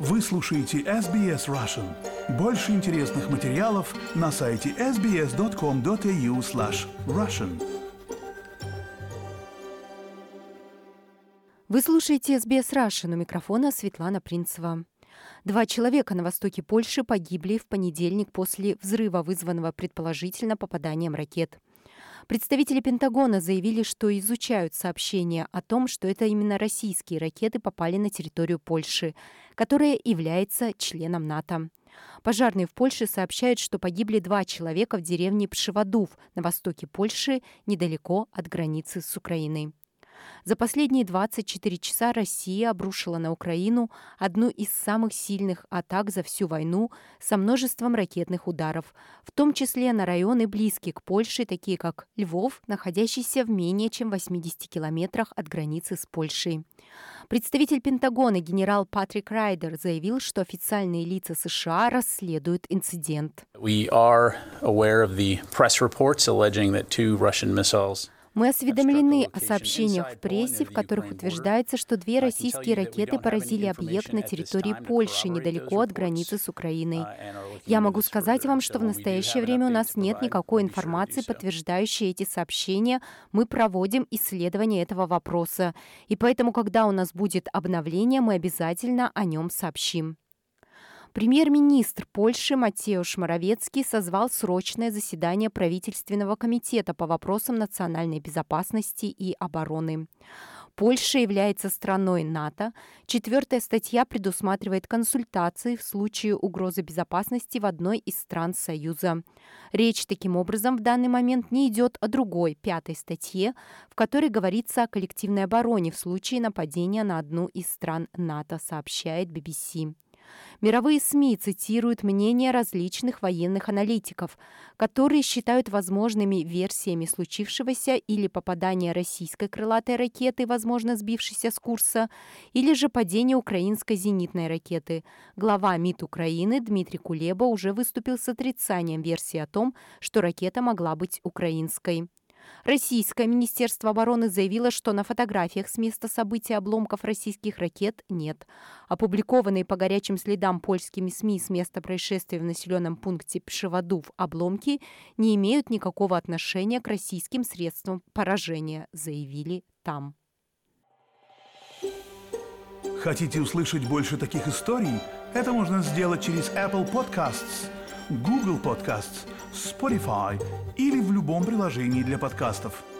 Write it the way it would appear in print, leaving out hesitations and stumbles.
Вы слушаете SBS Russian. Больше интересных материалов на сайте sbs.com.au/russian. Вы слушаете SBS Russian. У микрофона Светлана Принцева. 2 человека на востоке Польши погибли в понедельник после взрыва, вызванного предположительно попаданием ракет. Представители Пентагона заявили, что изучают сообщения о том, что это именно российские ракеты попали на территорию Польши, которая является членом НАТО. Пожарные в Польше сообщают, что погибли 2 человека в деревне Пшеводув на востоке Польши, недалеко от границы с Украиной. За последние 24 часа Россия обрушила на Украину одну из самых сильных атак за всю войну со множеством ракетных ударов, в том числе на районы, близкие к Польше, такие как Львов, находящийся в менее чем 80 километрах от границы с Польшей. Представитель Пентагона генерал Патрик Райдер заявил, что официальные лица США расследуют инцидент. Мы осведомлены о сообщениях в прессе, в которых утверждается, что 2 российские ракеты поразили объект на территории Польши, недалеко от границы с Украиной. Я могу сказать вам, что в настоящее время у нас нет никакой информации, подтверждающей эти сообщения. Мы проводим исследование этого вопроса. И поэтому, когда у нас будет обновление, мы обязательно о нем сообщим. Премьер-министр Польши Матеуш Моровецкий созвал срочное заседание правительственного комитета по вопросам национальной безопасности и обороны. Польша является страной НАТО. 4-я статья предусматривает консультации в случае угрозы безопасности в одной из стран Союза. Речь, таким образом, в данный момент не идет о другой, 5-й статье, в которой говорится о коллективной обороне в случае нападения на одну из стран НАТО, сообщает BBC. Мировые СМИ цитируют мнения различных военных аналитиков, которые считают возможными версиями случившегося или попадания российской крылатой ракеты, возможно, сбившейся с курса, или же падение украинской зенитной ракеты. Глава МИД Украины Дмитрий Кулеба уже выступил с отрицанием версии о том, что ракета могла быть украинской. Российское Министерство обороны заявило, что на фотографиях с места события обломков российских ракет нет. Опубликованные по горячим следам польскими СМИ с места происшествия в населенном пункте Пшеводув обломки не имеют никакого отношения к российским средствам поражения, заявили там. Хотите услышать больше таких историй? Это можно сделать через Apple Podcasts, Google Podcasts, Spotify или в любом приложении для подкастов.